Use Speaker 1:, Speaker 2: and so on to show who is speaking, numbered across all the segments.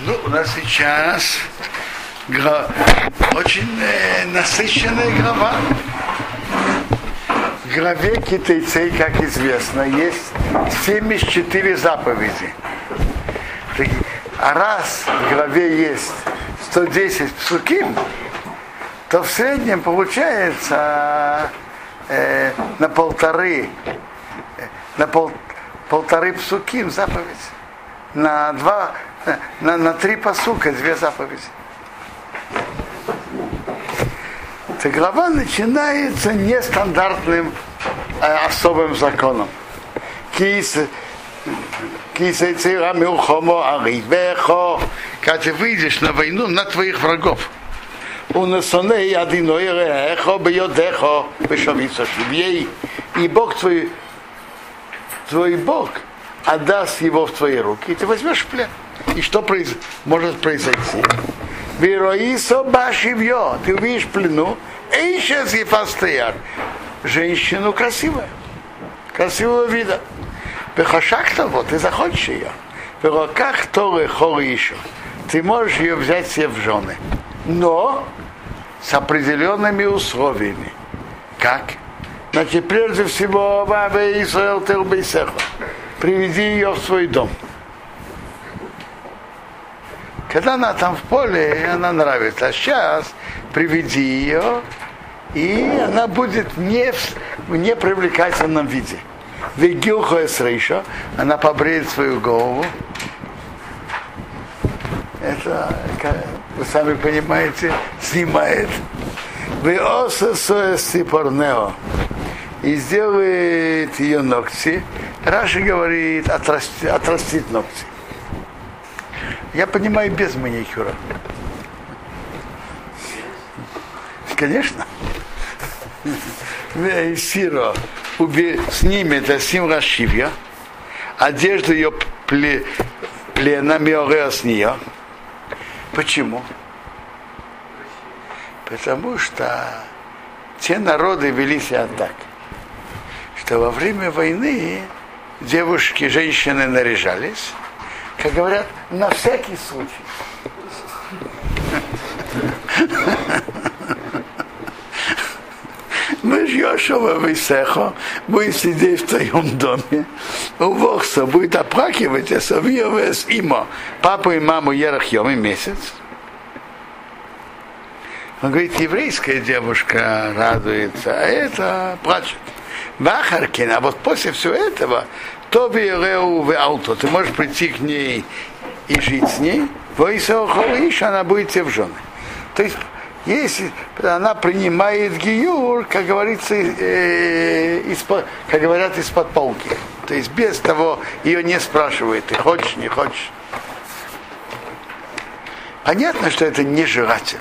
Speaker 1: Ну, у нас сейчас очень насыщенная глава. В главе Китайцей, как известно, есть 74 заповеди. А раз в главе есть 110 псуким, то в среднем получается на полторы псуким заповедь. На 3 пасука 2 заповеди. Эта глава начинается нестандартным особым законом. Когда ты выйдешь на войну на твоих врагов, и Бог твой Бог отдаст его в твои руки, и ты возьмешь в плен. И что может произойти? Ты увидишь в плену, женщину красивого вида. Ты захочешь ее. Ты можешь ее взять себе в жены. Но с определенными условиями. Как? Значит, прежде всего, приведи ее в свой дом. Когда она там в поле, она нравится. А сейчас приведи ее, и она будет не в непривлекательном виде. Она побреет свою голову. Это, как вы сами понимаете, снимает. И сделает ее ногти. Раши говорит, отрастит ногти. Я понимаю, без маникюра. Конечно. Сиро снимет асим рашивья, одежду ее плена миорео с нее. Почему? Потому что те народы вели себя так, что во время войны девушки, женщины наряжались, как говорят, на всякий случай. Мы Йошуа Висехо будет сидеть в твоем доме, Увохса будет оплакивать, а Савиова с Имо, папу и маму Ерахьем и месяц. Он говорит, еврейская девушка радуется, а это плачет. Бахаркин, а вот после всего этого, то Виреу в ауто, ты можешь прийти к ней и жить с ней, она будет тебе в жены. То есть, если она принимает гиюр, как говорится, как говорят, из-под полки. То есть без того ее не спрашивают, ты хочешь, не хочешь. Понятно, что это нежелательно.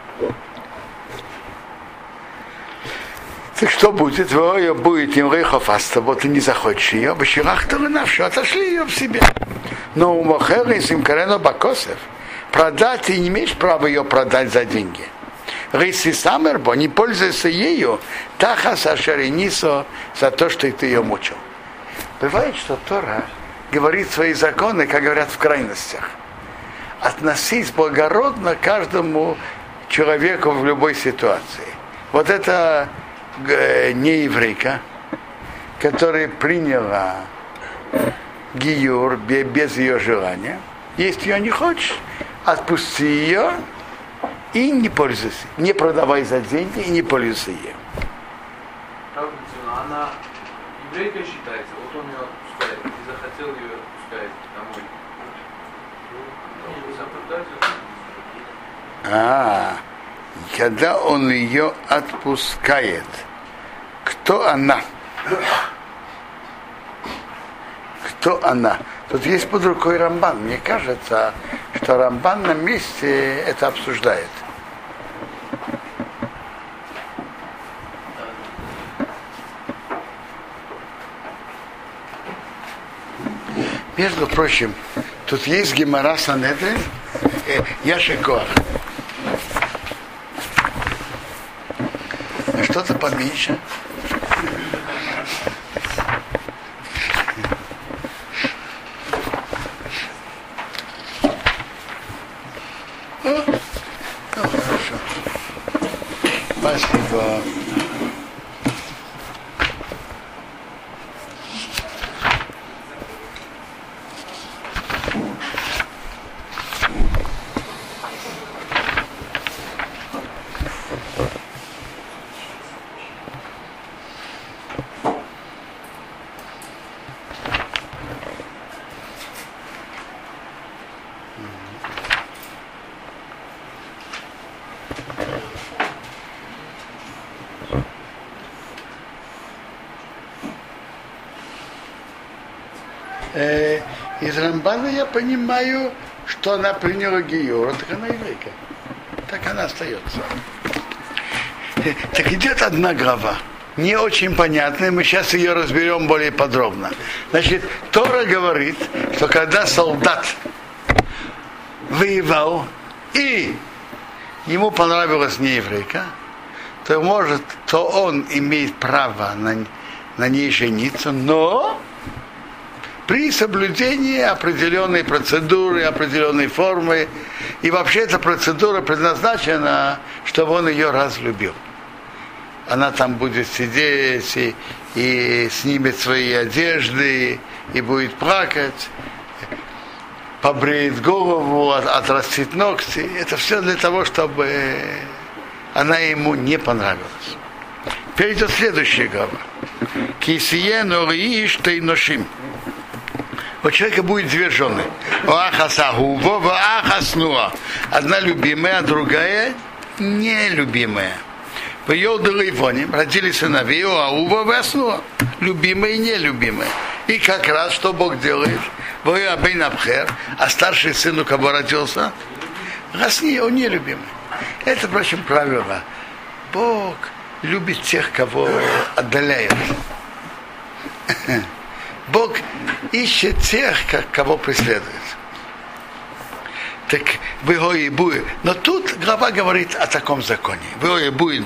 Speaker 1: Так что будет? Будет им рейхофаста, вот ты не захочешь ее, баширах тавынавшу, отошли ее в себе. Но у Мохера, если им карено бакосов, продать, ты не имеешь права ее продать за деньги. Рейси Самербо, не пользуйся ею, тахаса шаринисо, за то, что ты ее мучил. Бывает, что Тора говорит свои законы, как говорят, в крайностях. Относись благородно к каждому человеку в любой ситуации. Вот это не еврейка, которая приняла гиюр без ее желания. Если ее не хочешь, отпусти ее и не пользуйся. Не продавай за деньги и не пользуйся ею.
Speaker 2: Она еврейкой считается, вот он ее отпускает, и захотел ее отпускать домой.
Speaker 1: Когда он ее отпускает, кто она? Кто она? Тут есть под рукой Рамбан. Мне кажется, что Рамбан на месте это обсуждает. Между прочим, тут есть Гемара Санедрин, Яшикоах. Что-то поменьше. Хорошо. Спасибо. Из Рамбана я понимаю, что она приняла Геора, так она еврейка. Так она остается. Так идет одна глава. Не очень понятная, мы сейчас ее разберем более подробно. Значит, Тора говорит, что когда солдат воевал, и ему понравилась не еврейка, то он имеет право на ней жениться, но при соблюдении определенной процедуры, определенной формы. И вообще эта процедура предназначена, чтобы он ее разлюбил. Она там будет сидеть и снимет свои одежды, и будет плакать, побреет голову, отрастит ногти. Это все для того, чтобы она ему не понравилась. Теперь идет следующая глава. Кисиен орииш тейношим. У человека будет две жены. Одна любимая, а другая нелюбимая. В Йолдалайвоне родились сыновья Аува и Аснуа. Любимая и нелюбимая. И как раз что Бог делает? А старший сын, у кого родился, Расни, он нелюбимый. Это, впрочем, правило. Бог любит тех, кого отдаляет. Бог ищет тех, кого преследует. Так будет. Но тут глава говорит о таком законе. Будет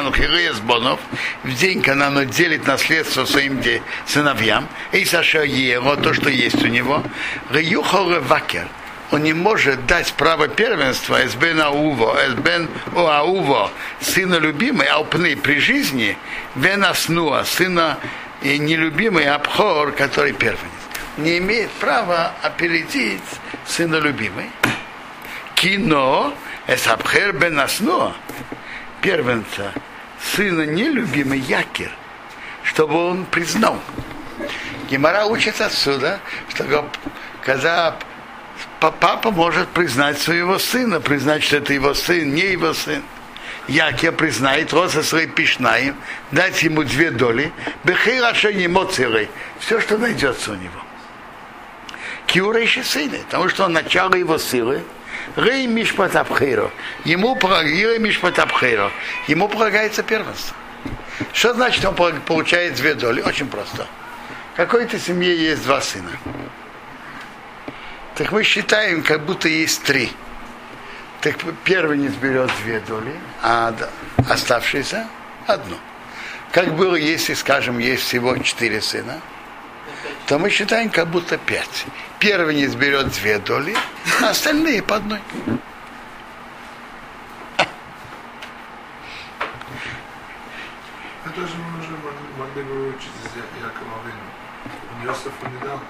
Speaker 1: в день, когда оно делит наследство своим сыновьям, и Сашаеро, то, что есть у него, Вакер, он не может дать право первенства Эсбен Аува, сына любимой, Алпны при жизни, Вен Аснуа, сына и нелюбимый Абхор, который первенец, не имеет права опередить сына любимой. Кино Эсабхер бен Аснуа, первенца, сына нелюбимый Якер, чтобы он признал. Гемара учит отсюда, что когда папа может признать своего сына, признать, что это его сын, не его сын. Якер признает, роса своей пишнаем, дать ему 2 доли, бехейрашень эмоций, все, что найдется у него. Киура еще сына, потому что он начало его силы, рей мишпатабхейро, ему полагается первенство. Что значит, он получает 2 доли? Очень просто. В какой-то семье есть 2 сына. Так мы считаем, как будто есть 3. Так первенец берет 2 доли, а оставшиеся одну. Как было, если, скажем, есть всего 4 сына, то мы считаем, как будто 5. Первенец берет 2 доли, а остальные по одной.
Speaker 3: Это же мы уже могли бы учить из Якова Авину. Он Йосифу не дал.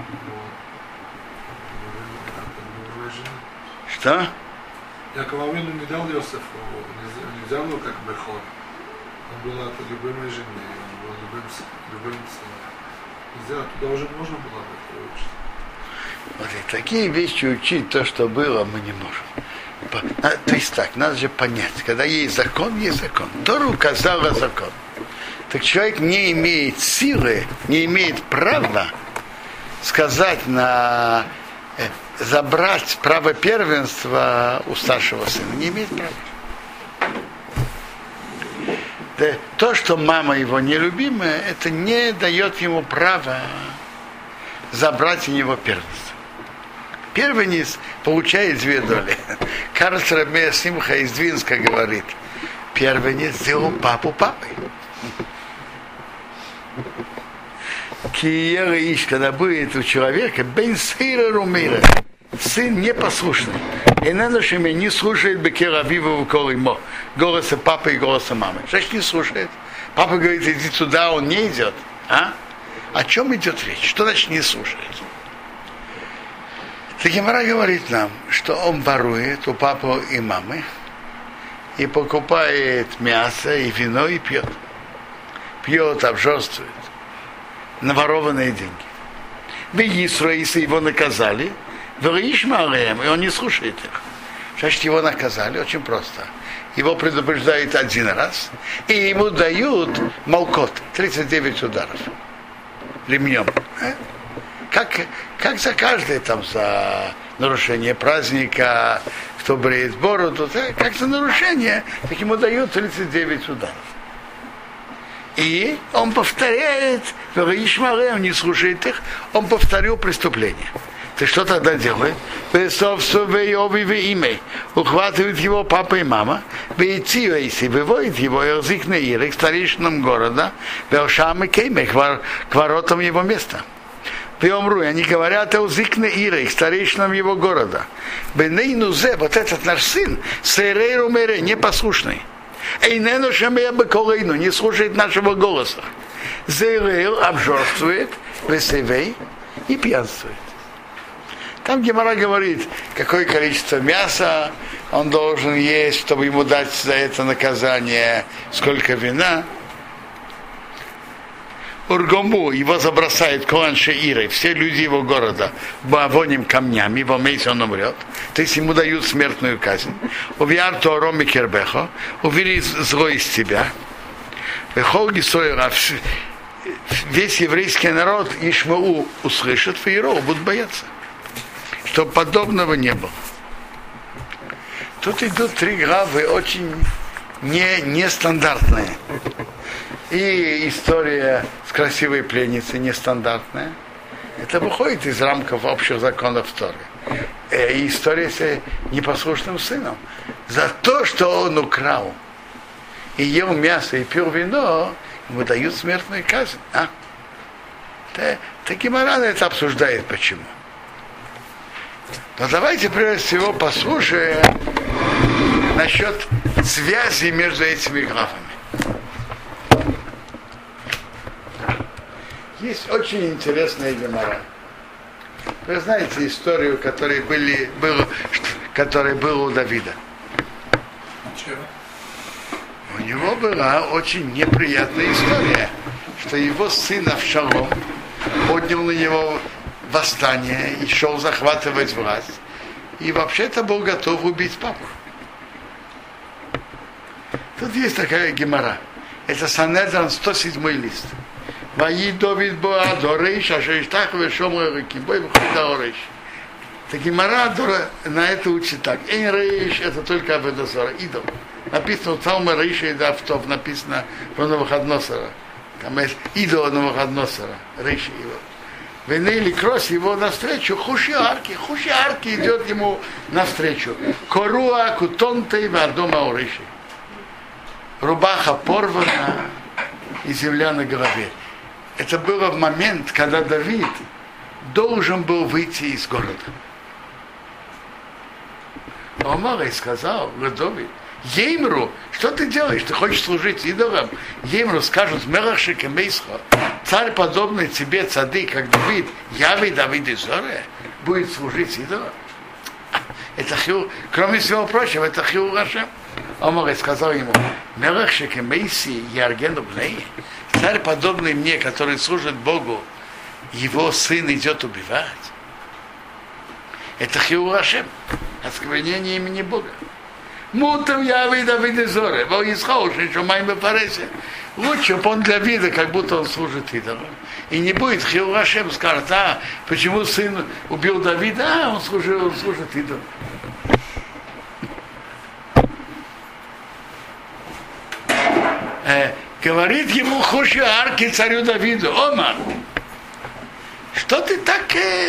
Speaker 1: Что?
Speaker 3: Яков Авину не дал Йосифу, не взял его как Бехор. Он был от любимой жены, он был любым сыном. Нельзя, туда уже можно было бы это учить.
Speaker 1: Вот и такие вещи учить, то, что было, мы не можем. То есть так, надо же понять, когда есть закон, есть закон. Тора указала закон. Так человек не имеет силы, не имеет права сказать забрать право первенства у старшего сына. Не имеет права. Да, то, что мама его нелюбимая, это не дает ему права забрать у него первенство. Первенец получает 2 доли. Карл Рабея Симха из Двинска говорит, первенец сделал папу папой. Киера ищ, когда будет у человека, бен сыра румира, сын непослушный. И неношими не слушает Бекера Авива Колымо, голоса папы и голоса мамы. Значит, не слушает. Папа говорит, иди туда, он не идет. О чем идет речь? Что значит не слушает? Гемара говорит нам, что он ворует у папы и мамы и покупает мясо и вино и пьет. Пьет, обжорствует. Наворованные деньги. Если его наказали, и он не слушает их. Значит, его наказали очень просто. Его предупреждают один раз, и ему дают молкот, 39 ударов ремнем. Как за каждое там, за нарушение праздника, кто бреет бороду, как за нарушение, так ему дают 39 ударов. И он повторяет, он не слушает их, он повторил преступление. Ты что тогда делает? Ухватывает его папа и мама, выводит его язык на Иры, к старейшинам города, к воротам его места. Они говорят о язык Иры, к старейшинам его города. Вот этот наш сын, непослушный. Не слушает нашего голоса. Обжорствует, весевей и пьянствует. Там Гемара говорит, какое количество мяса он должен есть, чтобы ему дать за это наказание, сколько вина. Ургому его забросает Коанше Ирой, все люди его города, бавоним камнями, в Омейсе он умрет. То есть ему дают смертную казнь. Увяр Туаром и Кербехо, увели зло из тебя. Весь еврейский народ Ишмау услышит, Фаироу будут бояться. Чтобы подобного не было. Тут идут три главы очень нестандартные. И история с красивой пленницей нестандартная. Это выходит из рамков общих законов Торы. И история с непослушным сыном. За то, что он украл и ел мясо и пил вино, ему дают смертную казнь. Гемара это обсуждает почему. Но давайте прежде всего послушаем насчет связи между этими главами. Есть очень интересная гемара. Вы знаете историю, которая была у Давида. У него была очень неприятная история, что его сын Авшалом поднял на него восстание и шел захватывать власть. И вообще-то был готов убить папу. Тут есть такая гемара. Это Санедрин, 107 лист. Ваи Давид Боадо Рейш, Ашештах Вешомра Рекибой Вхуда Рейш. Так гемара на это учит так. Эн Рейш это только Аведозора, идол. Написано в Талме Рейша и Давтов, написано про Навуходоносора. Там есть идол Навуходоносора, Рейша его. Венели кросс его навстречу, Хушиарки идет ему навстречу. Коруа Кутонтей Вардома Ориши. Рубаха порвана и земля на голове. Это было в момент, когда Давид должен был выйти из города. Омар сказал, Давид, Еймру, что ты делаешь? Ты хочешь служить идолам? Еймру скажут, Мерахшик и Мейсхо, царь, подобный тебе, цадык, как Давид, Яви Давид и Зоре, будет служить идолам. Это хил, кроме всего прочего, это хил Рашем. Омар сказал ему, Мерахшик и Мейси, Яргену Бней, царь, подобный мне, который служит Богу, его сын идет убивать. Это хил Рашем, осквернение имени Бога. Мутом Яви Давид и Зоре, во Исхауши, что моим Бефаресе. Лучше бы он для вида, как будто он служит идолам. И не будет Хил Рашем скажет, почему сын убил Давида, он служит идолам. Говорит ему Хушиарки, царю Давиду, Омар, что ты так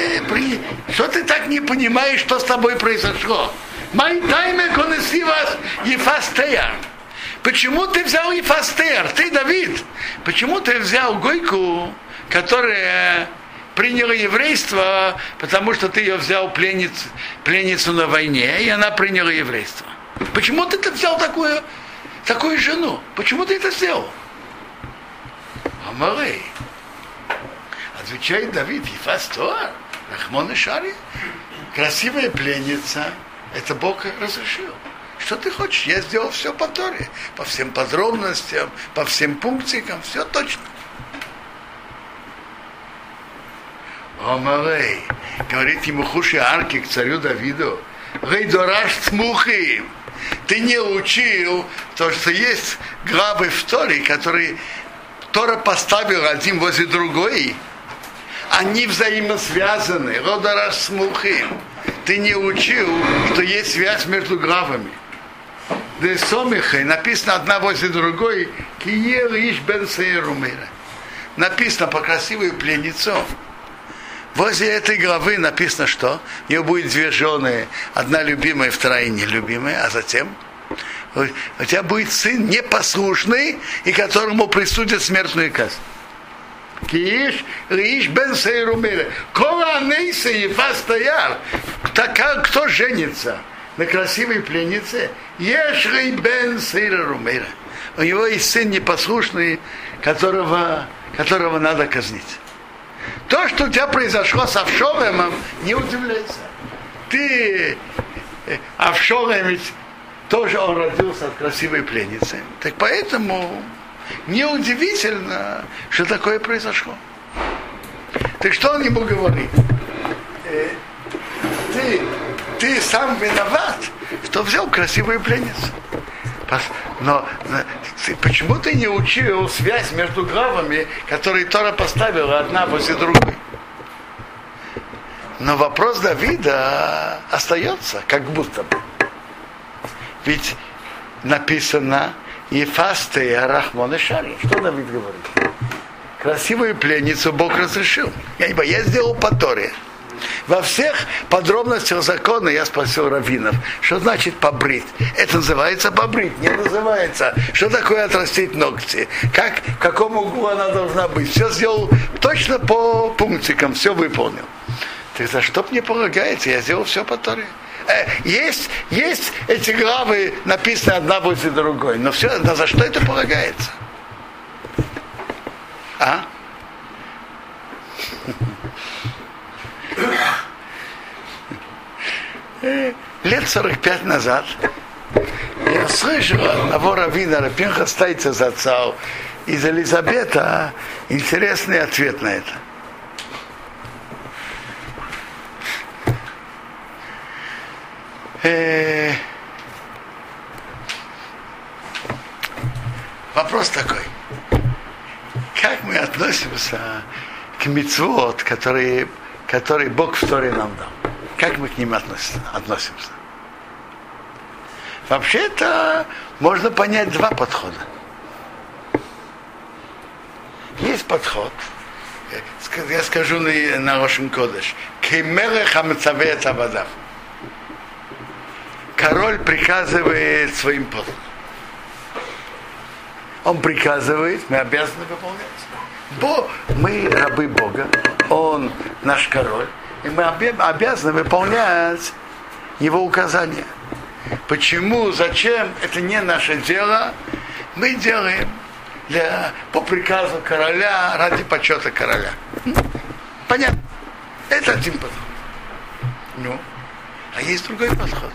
Speaker 1: не понимаешь, что с тобой произошло? Май тайме конеси вас Ефастея. Почему ты взял Ефастея? Ты, Давид, почему ты взял Гойку, которая приняла еврейство, потому что ты ее взял пленницу на войне, и она приняла еврейство. Почему ты взял такую жену? Почему ты это сделал? Амарей. Отвечает Давид, Ефастуар, Рахмон и Шари. Красивая пленница, это Бог разрешил. Что ты хочешь? Я сделал все по Торе, по всем подробностям, по всем пунктикам, все точно. Омарей, говорит ему Хуши Арки к царю Давиду, Рейдораш Цмухи, ты не учил то, что есть главы в Торе, которые Тора поставила один возле другой, они взаимосвязаны. Рейдораш Цмухи. Ты не учил, что есть связь между главами. Написано одна возле другой, написано по красивую пленницу. Возле этой главы написано, что у нее будет две жены, одна любимая, вторая нелюбимая, а затем у тебя будет сын непослушный, и которому присудят смертную казнь. Кто женится на красивой пленнице? У него есть сын непослушный, которого надо казнить. То, что у тебя произошло с Авшолемом, не удивляйся. Авшолем ведь тоже он родился от красивой пленницы. Так поэтому неудивительно, что такое произошло. Так что он ему говорит? Ты сам виноват, что взял красивую пленницу. Но почему ты не учил связь между главами, которые Тора поставила одна возле другой? Но вопрос Давида остается, как будто бы. Ведь написано Ефасте Рахмон и Шари. Что Давид говорит? Красивую пленницу Бог разрешил. Я сделал по Торе. Во всех подробностях закона я спросил раввинов, что значит побрить. Это называется побрить, не называется. Что такое отрастить ногти? В каком углу она должна быть? Все сделал точно по пунктикам, все выполнил. Так за что мне полагается? Я сделал все по Торе. Есть эти главы, написаны одна возле другой, но за что это полагается? Лет 45 назад я слышал от одного раввина Пинха Стайца Зацал из Елизабета интересный ответ на это. Вопрос такой. Как мы относимся к мицвот, которые Бог в Торе нам дал? Как мы к ним относимся? Вообще-то можно понять два подхода. Есть подход, я скажу на Рошен Кодеш, Кемелех амцавеет авадав. Король приказывает своим послам. Он приказывает, мы обязаны выполнять. Мы рабы Бога, Он наш король, и мы обязаны выполнять Его указания. Почему, зачем, это не наше дело, мы делаем по приказу короля, ради почета короля. Понятно? Это один подход. А есть другой подход.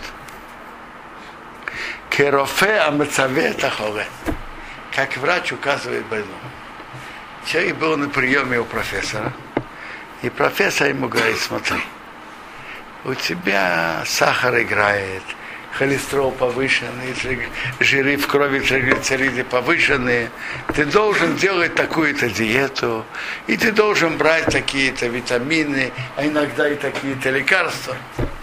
Speaker 1: Керофе амецаве тахоре. Как врач указывает больному. Человек был на приеме у профессора, и профессор ему говорит: смотри, у тебя сахар играет, холестерол повышенный, жиры в крови, триглицериды повышенные, ты должен делать такую-то диету, и ты должен брать такие-то витамины, а иногда и такие-то лекарства.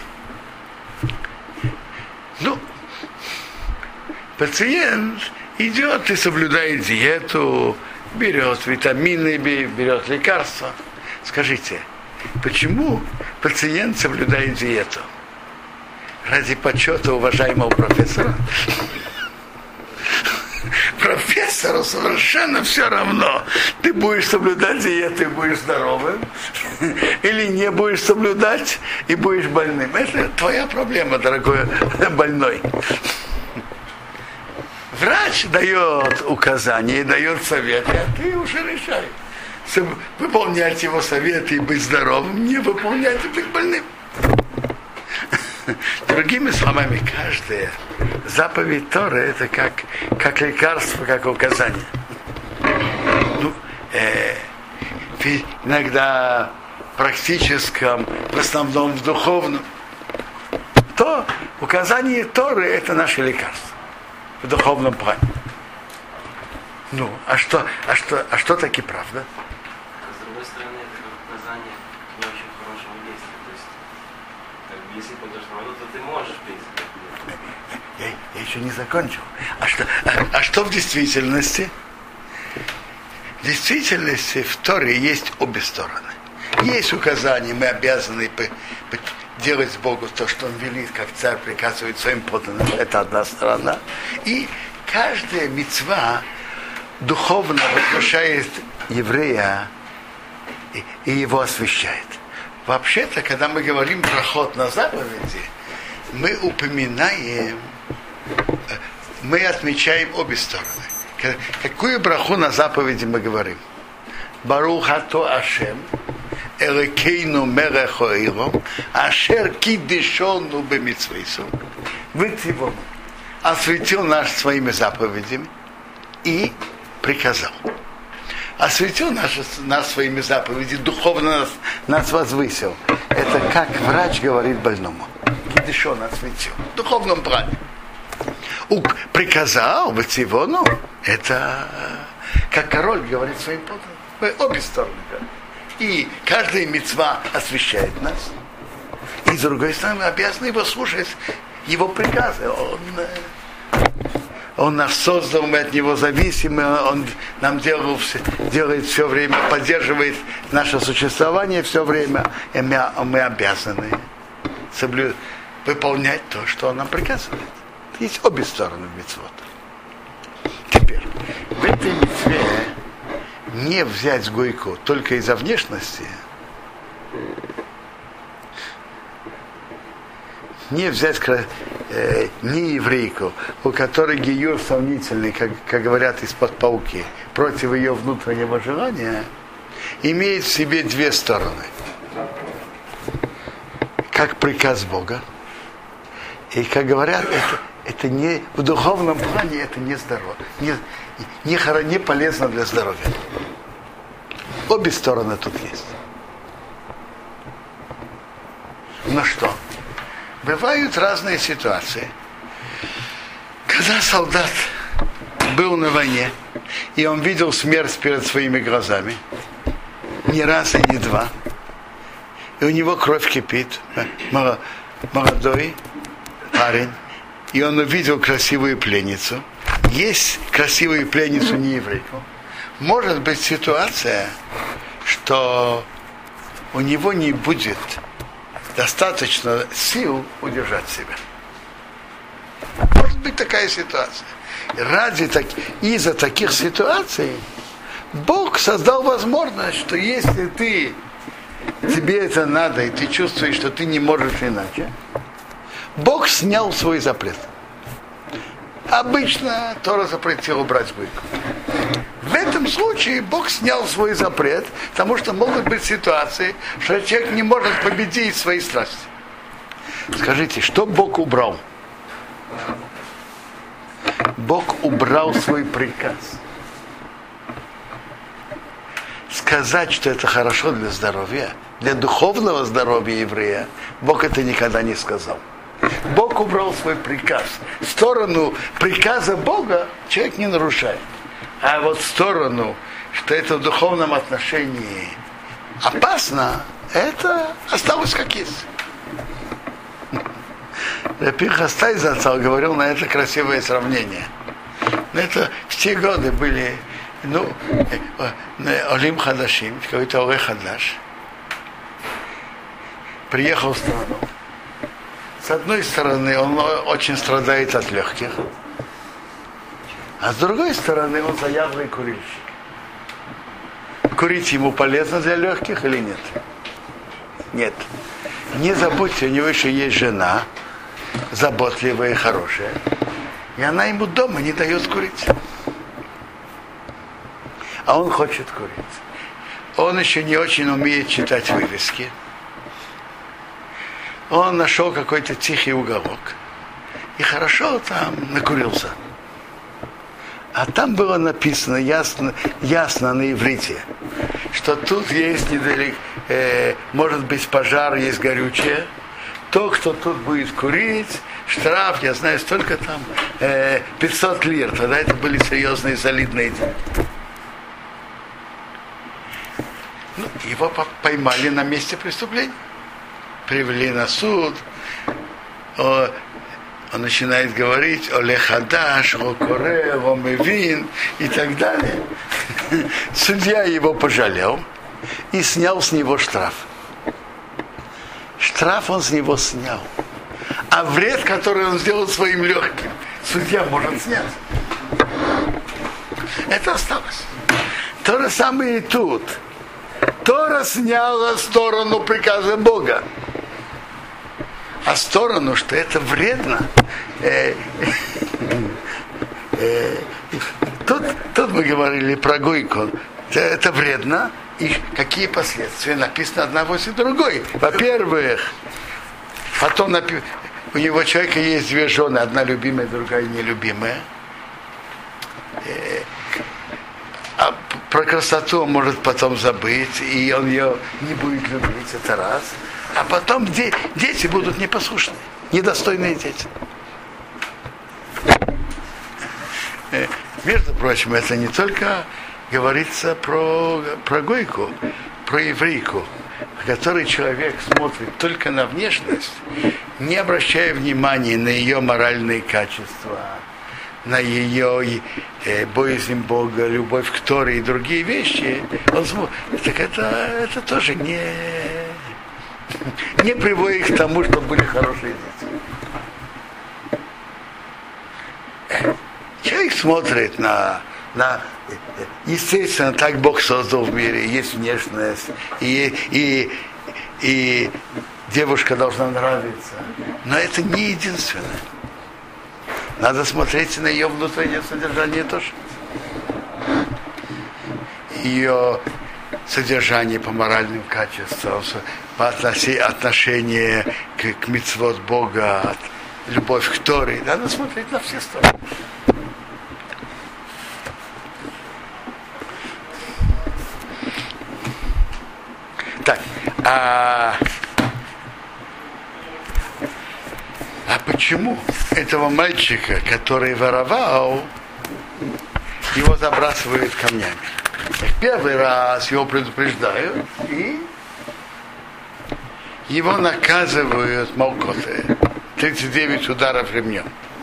Speaker 1: Пациент идет и соблюдает диету, берет витамины, берет лекарства. Скажите, почему пациент соблюдает диету? Ради почета уважаемого профессора? профессору совершенно все равно, ты будешь соблюдать диету и будешь здоровым, или не будешь соблюдать и будешь больным. Это твоя проблема, дорогой больной. Врач дает указания, дает советы, а ты уже решай. Выполнять его советы и быть здоровым, не выполнять и быть больным. Другими словами, каждая заповедь Торы это как лекарство, как указание. Иногда в практическом, в основном в духовном, то указание Торы это наше лекарство в духовном плане. А что таки правда?
Speaker 4: С другой стороны, это как указание не очень хорошего действия. То есть, если пойдешь на воду, то ты можешь, в принципе.
Speaker 1: Я еще не закончил. А что в действительности? В действительности в Торе есть обе стороны. Есть указания, мы обязаны делать Богу то, что Он велит, как царь приказывает своим подданным. Это одна сторона. И каждая мицва духовно возвышает еврея и его освящает. Вообще-то, когда мы говорим про ход на заповеди, мы отмечаем обе стороны. Какую браху на заповеди мы говорим? Барух ато Ашем, Элекейну мелех оилом, Ашер кидешону бемицвейсу. Вытивом осветил нас своими заповедями и приказал. Осветил нас своими заповедями, духовно нас возвысил. Это как врач говорит больному. Кидешон осветил. В духовном плане. Приказал вытивону. Это как король говорит своим подданным. Обе стороны говорят. И каждая мицва освящает нас. И с другой стороны, мы обязаны его слушать, его приказы. Он нас создал, мы от него зависимы, он нам делает все время, поддерживает наше существование все время, и мы обязаны выполнять то, что он нам приказывает. Есть обе стороны мицвот. Теперь, в этой мицве не взять гойку только из-за внешности, не взять не еврейку, у которой гиюр сомнительный, как говорят из-под пауки, против ее внутреннего желания, имеет в себе две стороны. Как приказ Бога. И, как говорят, это не в духовном плане это не здорово, не полезно для здоровья. Обе стороны тут есть. Но что? Бывают разные ситуации. Когда солдат был на войне, и он видел смерть перед своими глазами, не раз и не два, и у него кровь кипит, молодой парень, и он увидел красивую пленницу. Есть красивую пленницу не еврейку. Может быть ситуация, что у него не будет достаточно сил удержать себя. Может быть такая ситуация. И из-за таких ситуаций Бог создал возможность, что если тебе это надо, и ты чувствуешь, что ты не можешь иначе, Бог снял свой запрет. Обычно Тора запретила брать гойку. В этом случае Бог снял свой запрет, потому что могут быть ситуации, что человек не может победить свои страсти. Скажите, что Бог убрал? Бог убрал свой приказ. Сказать, что это хорошо для здоровья, для духовного здоровья еврея, Бог это никогда не сказал. Бог убрал свой приказ. Сторону приказа Бога человек не нарушает. А вот сторону, что это в духовном отношении опасно, это осталось как есть. Пинхас Зацал говорил на это красивое сравнение. Это в те годы были Олим Хадашим, какой-то Олех Хадаш, приехал в страну. С одной стороны, он очень страдает от легких. А с другой стороны, он заядлый курильщик. Курить ему полезно для легких или нет? Нет. Не забудьте, у него еще есть жена, заботливая и хорошая. И она ему дома не дает курить. А он хочет курить. Он еще не очень умеет читать вывески. Он нашел какой-то тихий уголок. И хорошо там накурился. А там было написано ясно на иврите, что тут есть недалеко, может быть пожар, есть горючее. То, кто тут будет курить, штраф, я знаю, столько там, 500 лир. Тогда это были серьезные, солидные деньги. Ну, его поймали на месте преступления. Привели на суд. Он начинает говорить о лехадаш, о коре, о мевин и так далее. Судья его пожалел и снял с него штраф. Штраф он с него снял. А вред, который он сделал своим легким, судья может снять. Это осталось. То же самое и тут. Тора сняла сторону приказа Бога. А сторону, что это вредно. Тут мы говорили про гойку. Это вредно. И какие последствия? Написано одна после другой. Во-первых, потом у него человека есть две жены, одна любимая, другая нелюбимая. А про красоту он может потом забыть, и он ее не будет любить, это раз. А потом дети будут непослушные, недостойные дети. Между прочим, это не только говорится про гойку, про еврейку, в которой человек смотрит только на внешность, не обращая внимания на ее моральные качества, на ее боязнь Бога, любовь к Торе и другие вещи. Он смотрит, так это тоже не приводит к тому, чтобы были хорошие дети. Человек смотрит на естественно, так Бог создал в мире, есть внешность, и девушка должна нравиться. Но это не единственное. Надо смотреть на ее внутреннее содержание тоже. Ее содержание по моральным качествам, по отношению к мицвот Бога, любовь к Торе. Надо смотреть на все стороны. Так, а почему этого мальчика, который воровал, его забрасывают камнями? Первый раз его предупреждают и его наказывают молкоты, 39 ударов ремнем.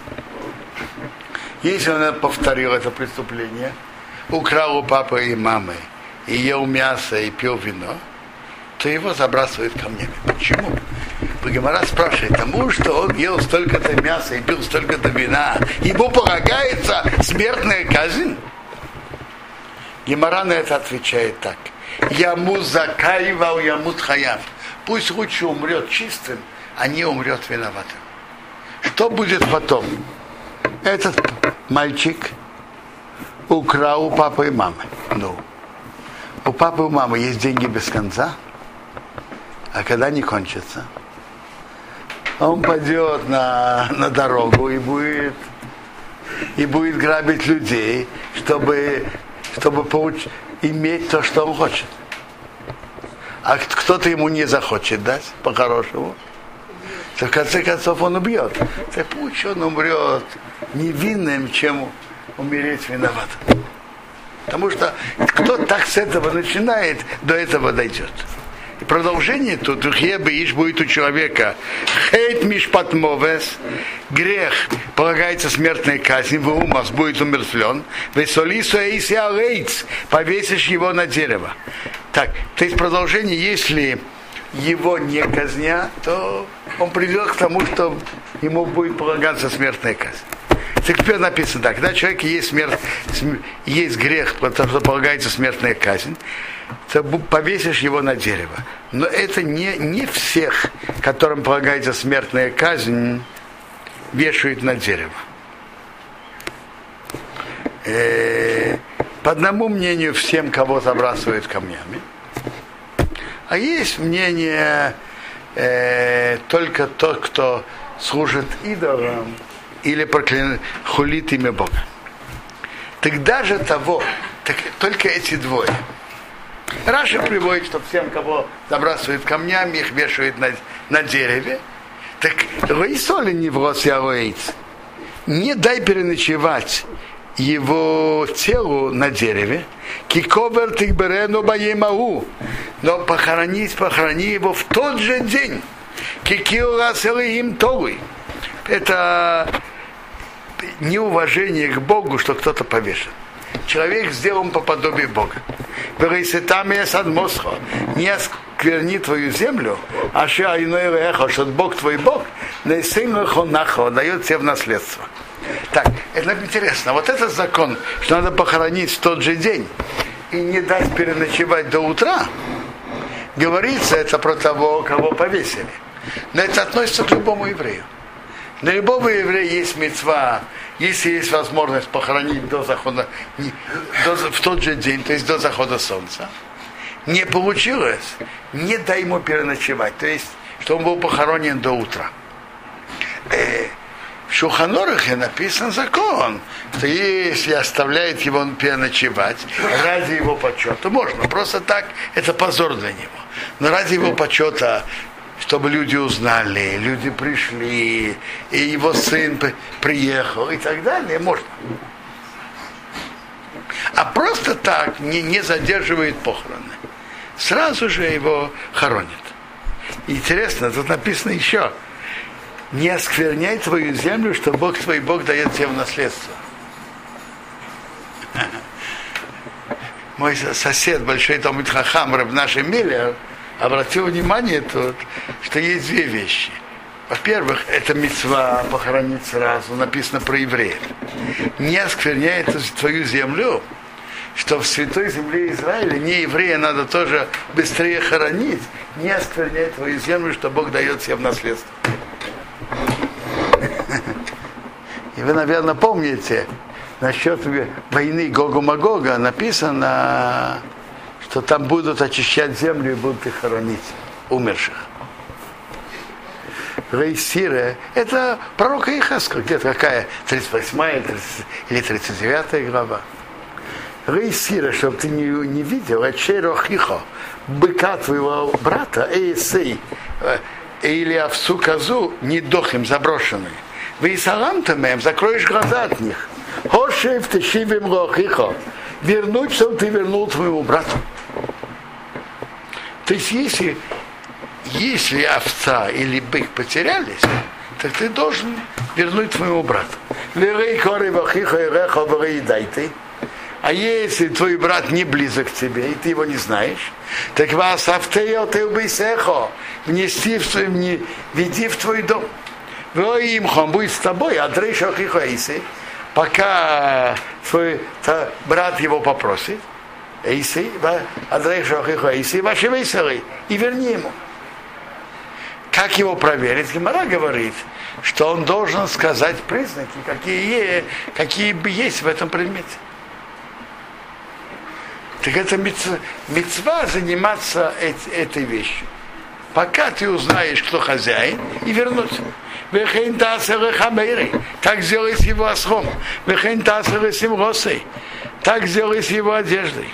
Speaker 1: Если он повторил это преступление, украл у папы и мамы, и ел мясо, и пил вино, то его забрасывают камнями. Почему? Гемара спрашивает, потому что он ел столько-то мяса и пил столько-то вина, ему полагается смертная казнь? Гемара на это отвечает так. Яму закаивал, ямут хаяв. Пусть лучше умрет чистым, а не умрет виноватым. Что будет потом? Этот мальчик украл у папы и мамы. Ну, у папы и у мамы есть деньги без конца, а когда они кончатся, он пойдет на дорогу и будет грабить людей, чтобы иметь то, что он хочет. А кто-то ему не захочет дать, по-хорошему, то в конце концов он убьет. Так пусть он умрет невинным, чем умереть виноватым. Потому что кто так с этого начинает, до этого дойдет. И продолжение тут будет у человека хейт мишпат мовес, грех, полагается смертная казнь, в умас будет умершлен, весолису эйся рейц, повесишь его на дерево. Так, то есть продолжение, если его не казнят, то он придет к тому, что ему будет полагаться смертная казнь. теперь написано так, когда у человека есть есть грех, потому что полагается смертная казнь, то повесишь его на дерево. Но это не всех, которым полагается смертная казнь, вешают на дерево. По одному мнению, всем, кого забрасывают камнями. А есть мнение только тот, кто служит идолам или хулит имя Бога. Так даже только эти двое. Раши приводит, что всем, кого забрасывают камнями, их вешают на дереве. Так Рейсоли не в Росяроиц. Не дай переночевать его телу на дереве, киковер тикберену баемау, но похорони его в тот же день, кикиурасели им толуй. Это неуважение к Богу, что кто-то повешен. Человек сделан по подобию Бога. Не оскверни твою землю, а что Бог твой Бог, дает тебе в наследство. Так, это интересно. Вот этот закон, что надо похоронить в тот же день и не дать переночевать до утра, говорится это про того, кого повесили. Но это относится к любому еврею. На любого еврея есть мицва, если есть возможность похоронить в тот же день, то есть до захода солнца. Не получилось, не дай ему переночевать, то есть, чтобы он был похоронен до утра. В Шулхан Орухе написан закон, что если оставляет его переночевать ради его почета, можно, просто так, это позор для него. Но ради его почета, чтобы люди узнали, люди пришли, и его сын приехал и так далее, можно. А просто так не задерживает похороны. Сразу же его хоронят. Интересно, тут написано еще: не оскверняй твою землю, что Бог твой Бог дает тебе в наследство. Мой сосед, большой Талмид Хахам, Рав Менаше Миллер, обратил внимание тут, что есть две вещи. Во-первых, это мицва похоронить сразу, написано про евреев. Не оскверняй твою землю, что в святой земле Израиля не еврея надо тоже быстрее хоронить. Не оскверняй твою землю, что Бог дает тебе в наследство. И вы, наверное, помните, насчет войны Гога-Магога написано, что там будут очищать землю и будут их хоронить, умерших. Рейсире, это пророк Ихаскель, где-то какая, 38 или 39 глава. Рейсире, чтобы ты не видел, Ачерохихо, быка твоего брата, Эйсей, или овцу козу, недохим, заброшенный. Вы и саламтамем, закроешь глаза от них. Хошев ты шивим рохихо. Вернуть, чтобы ты вернул твоему брату. То есть, если овца или бык потерялись, так ты должен вернуть твоему брату. А если твой брат не близок к тебе, и ты его не знаешь, так вас внести в свой, веди в твой дом. Он будет с тобой, пока твой брат его попросит, и верни ему. Как его проверить? Гемара говорит, что он должен сказать признаки, какие бы есть в этом предмете. Так это мицва заниматься этой вещью. Пока ты узнаешь, кто хозяин, и вернуть. Так сделай с его осхом. Так сделай с его одеждой.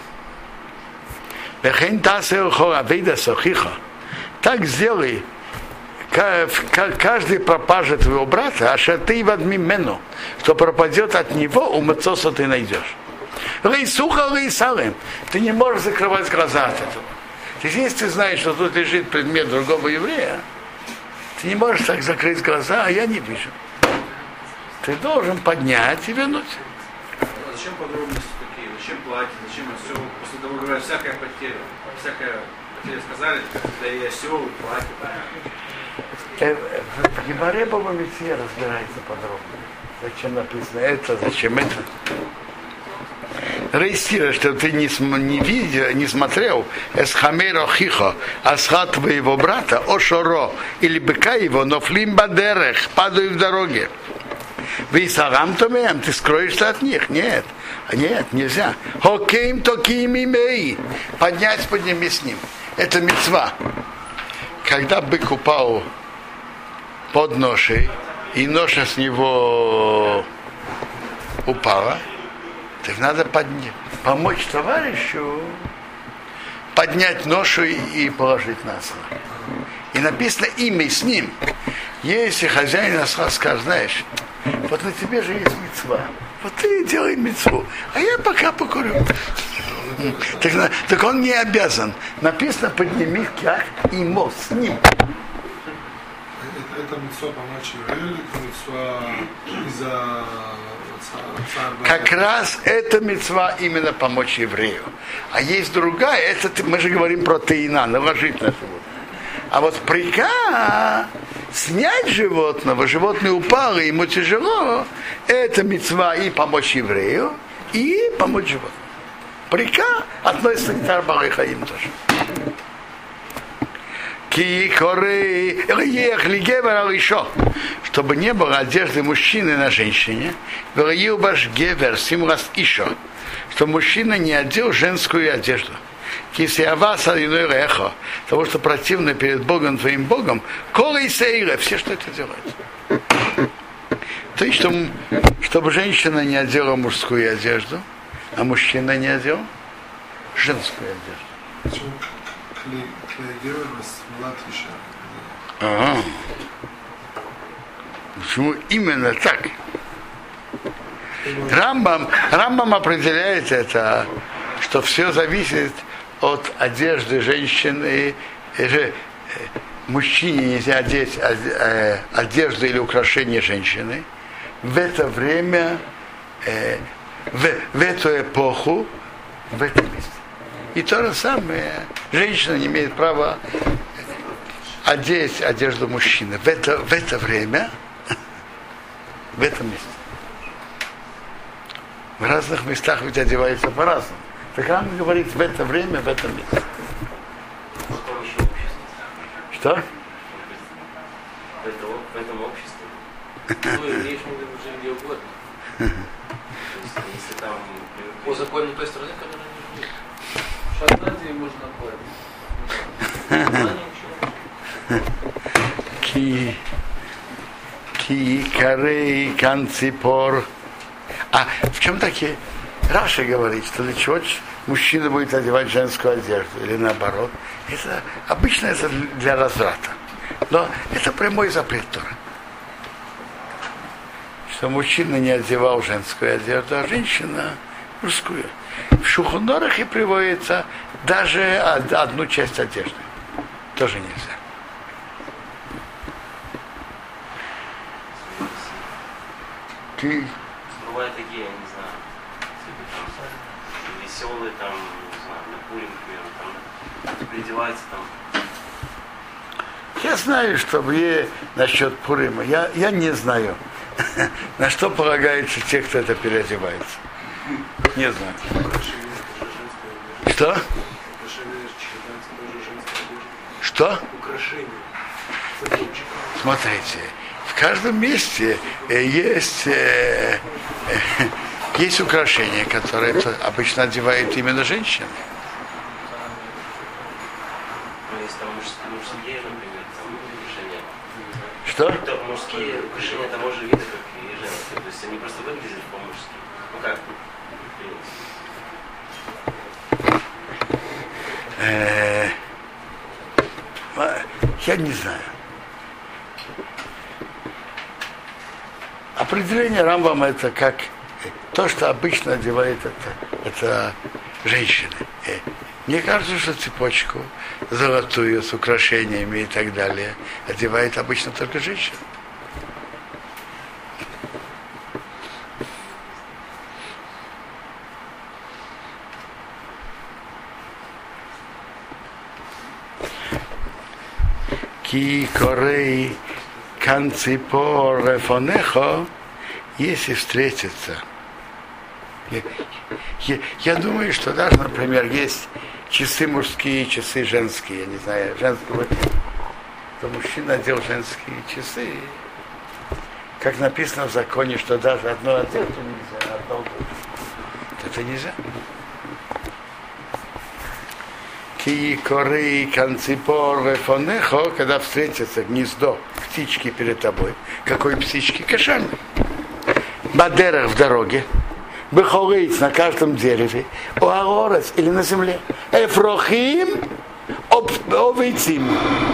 Speaker 1: Так сделай каждый пропажа твоего брата, а ты вадмимену, что пропадет от него, у мацоса ты найдешь. Рейсуха рейсалем. Ты не можешь закрывать глаза от этого. Если ты знаешь, что тут лежит предмет другого еврея, ты не можешь так закрыть глаза, а я не вижу. Ты должен поднять и вернуть.
Speaker 2: Зачем подробности такие? Зачем платье? Зачем все? После того говорят, всякая потеря. Всякая потеря сказали, да и осел, и платье.
Speaker 1: В Гемаре Баба Меция разбирается подробно. Зачем написано это, зачем это. Рейстира, что ты не видел, не смотрел, эсхамейро хихо, асхат твоего брата, ошоро, или быка его, но флим бадерех, падают в дороге. Вы сарам томеем, ты скроешься от них? Нет, нельзя. Хокейм токим имей, подними с ним. Это мицва. Когда бык упал под ношей, и ноша с него упала, так надо помочь товарищу поднять ношу и положить на осла. И написано имя с ним. Если хозяин осла скажет, знаешь, вот на тебе же есть мицва, вот ты делай мицву, а я пока покурю. Так он не обязан. Написано, подними как имо с ним.
Speaker 3: Это митцва помочь еврею, это митцва из-за
Speaker 1: как раз это мицва именно помочь еврею. А есть другая, это мы же говорим про теина, наложить на животное. А вот приказ снять животного, животное упало, ему тяжело, это мицва и помочь еврею, и помочь животному. Приказ относится к Тарбалей Хаим тоже. Чтобы не было одежды мужчины на женщине, что мужчина не одел женскую одежду. Потому что противно перед Богом твоим Богом, все, что это делает. То есть, чтобы женщина не одела мужскую одежду, а мужчина не одел женскую одежду. Ага. Почему именно так? Рамбам определяет это, что все зависит от одежды женщины. Мужчине нельзя одеть одежду или украшение женщины в это время, в эту эпоху, в этом месте. И то же самое, женщина не имеет права одеть одежду мужчины в это время, в этом месте. В разных местах ведь одеваются по-разному. Так Рам говорит в это время, в этом месте. Что?
Speaker 4: В этом обществе. Ну, евреи могут жить где угодно. Если там по закону той страны, которая не живет. В Шотландии можно платить.
Speaker 1: Ки карей канципор. А в чем такие? Раша говорит, что для чего мужчина будет одевать женскую одежду, или наоборот. Это обычно это для разврата. Но это прямой запрет Торы. Что мужчина не одевал женскую одежду, а женщина мужскую. В Шулхан Арухе приводится даже одну часть одежды. Тоже нельзя.
Speaker 4: Бывают такие, я не знаю, веселые там, не знаю, на Пурим, например, там переодеваются там.
Speaker 1: Я знаю, что насчет Пурима, я не знаю, на что полагаются те, кто это переодевается. Не знаю. Что? Что? Смотрите, в каждом месте есть украшения, которые обычно одевают именно женщины. Что?
Speaker 4: То мужские украшения того же вида, как и женские. То есть они просто выглядят по-мужски. Ну как?
Speaker 1: Я не знаю. Определение Рамбама это как то, что обычно одевает это женщины. Мне кажется, что цепочку золотую с украшениями и так далее одевает обычно только женщина. Ки корей канципор рефонехо, если встретиться. Я думаю, что даже, например, есть часы мужские, часы женские, я не знаю, женского типа. То мужчина одел женские часы. Как написано в законе, что даже одно одеть нельзя, а одно это нельзя. Ки корей канципор рефонехо, когда встретится гнездо птички перед тобой. Какой птички? Кошерной. Бадерах в дороге. Бехорейц на каждом дереве. Оарорец или на земле. Эфрохим овейцим.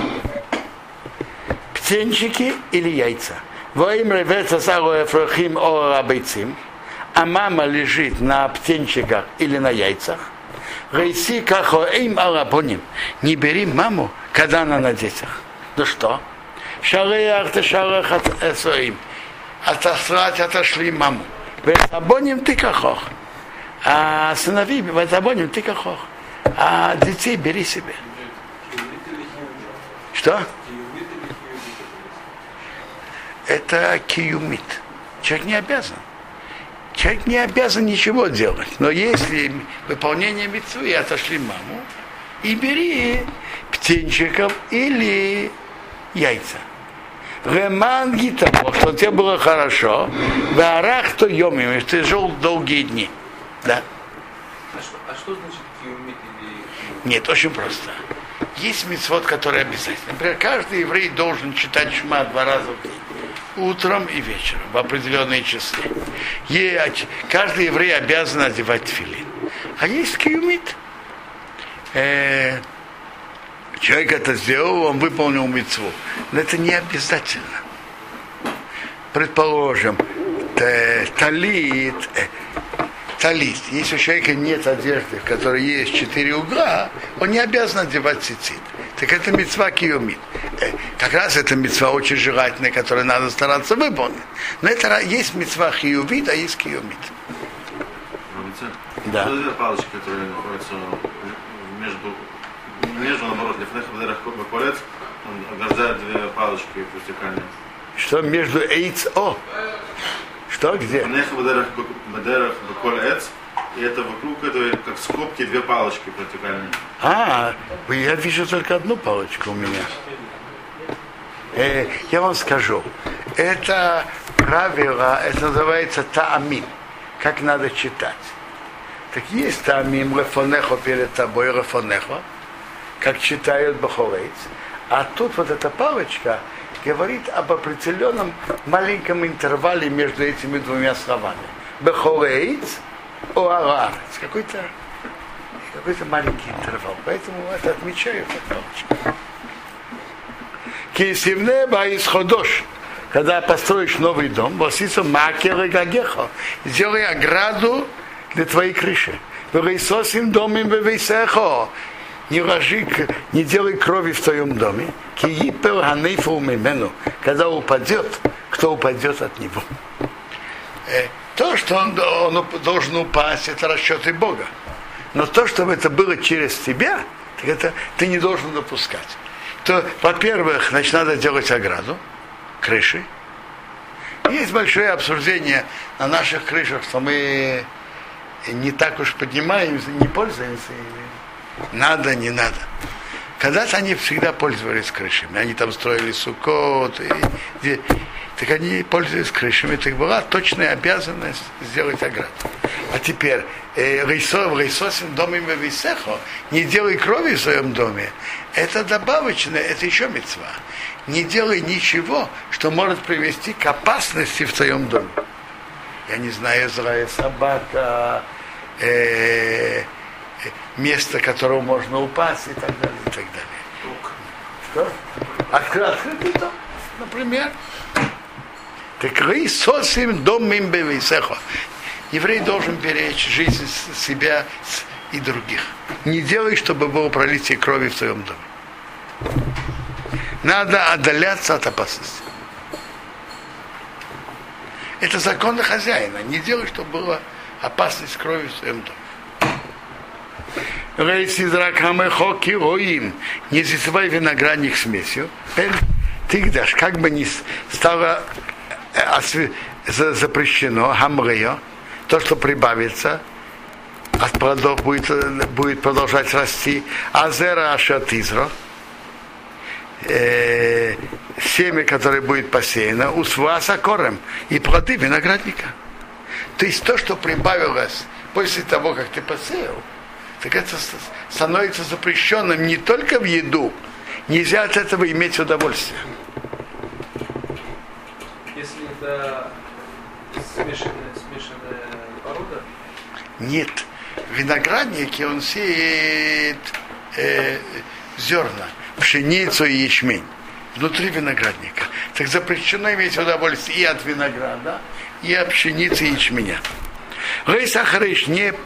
Speaker 1: Птенчики или яйца. Во имя ревеца сару эфрохим оарабейцим. А мама лежит на птенчиках или на яйцах. Рейси кахоэйм арабоним. Не бери маму, когда она на детях. Ну что? Шареях ты шарах эсоим. Отошли маму. Весабоним ты кахох. А сыновей весабоним ты кахох. А детей бери себе. Что? Это киюмит. Человек не обязан. Человек не обязан ничего делать. Но если выполнение мицвы, отошли маму, и бери птенчиков или яйца. Реман гитамо, что тебе было хорошо, в арах то йомим, ты жил долгие дни. Да?
Speaker 2: А что значит киумит или...
Speaker 1: Нет, очень просто. Есть мицвот, который обязательно. Например, каждый еврей должен читать шма 2 раза в день. Утром и вечером, в определенные часы. Каждый еврей обязан одевать тфилин. А есть киумит. Человек это сделал, он выполнил мицву. Но это не обязательно. Предположим, талит. Если у человека нет одежды, в которой есть 4 угла, он не обязан одевать цицит. Так это мицва киумит. Как раз это мицва очень желательная, которую надо стараться выполнить. Но это есть мицва киумит, а есть киумит. Да.
Speaker 5: Что это палочки, которые находятся между наоборот, лифнех бадерах баколец, он ограждает 2 палочки вертикальные.
Speaker 1: Что между эйц-о? Что, где?
Speaker 5: Лифнех бадерах баколец, и это вокруг этого, как скобки, 2 палочки вертикальные.
Speaker 1: Я вижу только одну палочку у меня. Я вам скажу. Это правило, это называется таамим. Как надо читать. Так есть таамим рефонехо перед тобой, рефонехо, как читают бахорейц. А тут вот эта палочка говорит об определенном маленьком интервале между этими 2 словами. Бахорейц, оарарец. Какой-то маленький интервал. Поэтому это отмечаю как палочка. Кисивне баисходош. Когда построишь новый дом, восису макер и гагехо. Сделай ограду для твоей крыши. Вырисосим домим вывисехо. Не делай крови в твоем доме. Киипер ханейфу мимену. Когда упадет, кто упадет от него. То, что он должен упасть, это расчеты Бога. Но то, чтобы это было через тебя, так это ты не должен допускать. То, во-первых, значит, надо делать ограду, крыши. Есть большое обсуждение на наших крышах, что мы не так уж поднимаемся, не пользуемся ими. Надо, не надо. Когда-то они всегда пользовались крышами. Они там строили сукот, так они пользовались крышами. Так была точная обязанность сделать ограду. А теперь рейсосим домим висехо, не делай крови в своем доме. Это добавочное, это еще мицва. Не делай ничего, что может привести к опасности в твоем доме. Я не знаю, злая собака, место, которого можно упасть и так далее, и так далее. Что? Открытый дом, например. Так рейсосим домим висехо. Еврей должен беречь жизнь себя и других. Не делай, чтобы было пролитие крови в твоем доме. Надо отдаляться от опасности. Это законы хозяина. Не делай, чтобы была опасность крови в своем доме. Рейс из ракамехо кироим. Не засыпай виноградник смесью. Ты дашь, как бы ни стало запрещено, хамрео, то, что прибавится, от плодов будет продолжать расти. Азера ашатизро, семя, которое будет посеяно, усваса корем, и плоды виноградника. То есть то, что прибавилось после того, как ты посеял, так это становится запрещенным не только в еду, нельзя от этого иметь удовольствие.
Speaker 2: Если это смешанная порода?
Speaker 1: Нет. В винограднике он сеет зерна, пшеницу и ячмень внутри виноградника. Так запрещено иметь удовольствие и от винограда, и от пшеницы и ячменя. Рейсахарыш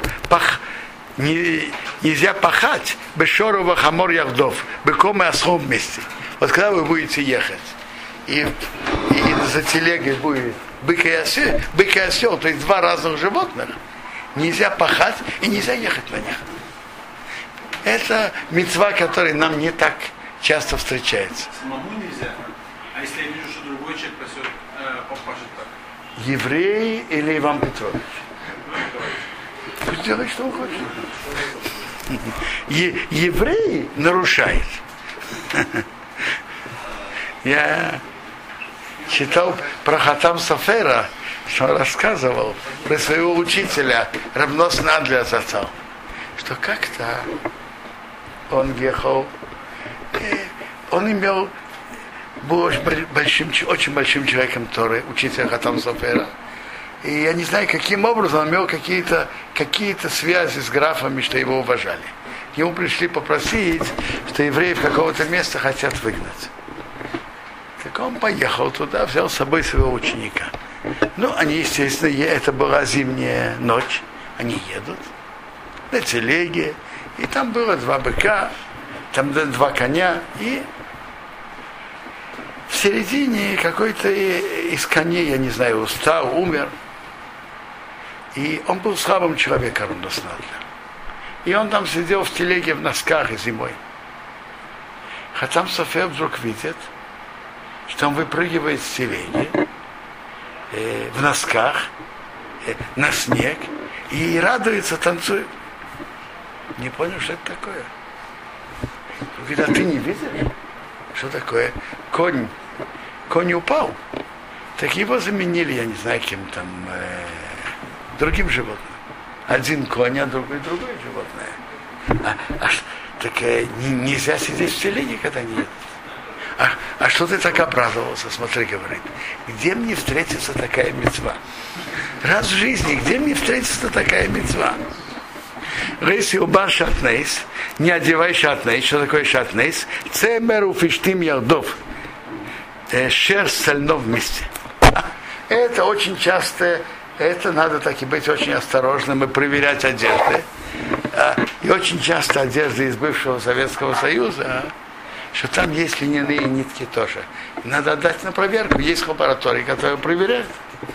Speaker 1: нельзя пахать бешорова хамор яхдов, быком и осхом вместе. Вот когда вы будете ехать, и за телегой будет бык и осел, то есть два разных животных, нельзя пахать и нельзя ехать на них. Это мицва, которая нам не так часто встречается.
Speaker 5: Самому нельзя. А если я вижу, что другой человек пашет так?
Speaker 1: Еврей или Иван Петрович? Пусть делает, что он хочет. Еврей нарушает. Я читал про Хатам Софера, что он рассказывал про своего учителя Рабнос Надля зацал, что как-то он ехал, он был очень большим человеком Торы, учитель Хатам Софера. И я не знаю, каким образом он имел какие-то связи с графами, что его уважали. Ему пришли попросить, что евреев какого-то места хотят выгнать. Так он поехал туда, взял с собой своего ученика. Ну, они, естественно, это была зимняя ночь, они едут на телеге, и там было 2 быка, там 2 коня, и в середине какой-то из коней, я не знаю, устал, умер. И он был слабым человеком, и он там сидел в телеге в носках и зимой. Хатам Софер вдруг видит, что он выпрыгивает с телеги в носках на снег и радуется, танцует. Не понял, что это такое. Он говорит, а ты не видишь? Что такое? Конь упал. Так его заменили, я не знаю, кем там, другим животным. Один конь, а другое животное. Нельзя сидеть в телеге, когда не едут. А что ты так обрадовался? Смотри, говорит, где мне встретится такая мицва? Раз в жизни, где мне встретится такая мицва? Рейс юба шатнейс, не одевай шатнейс. Что такое шатнейс? Цемеру фиштим ярдов. Шерсть сольнов вместе. Это очень часто, это надо так и быть очень осторожным и проверять одежды. И очень часто одежды из бывшего Советского Союза, что там есть льняные нитки тоже. Надо отдать на проверку. Есть лаборатории, которые проверяют.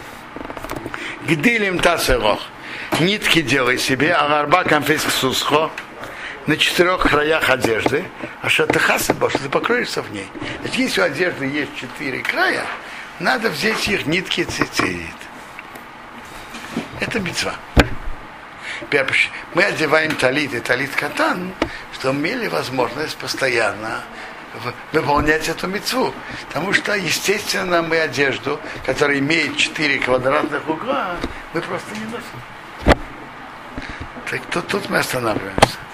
Speaker 1: Гдилим тасерох. Нитки делай себе, агарба конфеск сусхо, на 4 краях одежды, а что ты хасаба, что ты покроешься в ней. Значит, если у одежды есть 4 края, надо взять их нитки цицит. Это мицва. Мы одеваем талит и талит катан, чтобы имели возможность постоянно выполнять эту мицву. Потому что, естественно, мы одежду, которая имеет 4 квадратных угла, мы просто не носим. Так тут мы останавливаемся.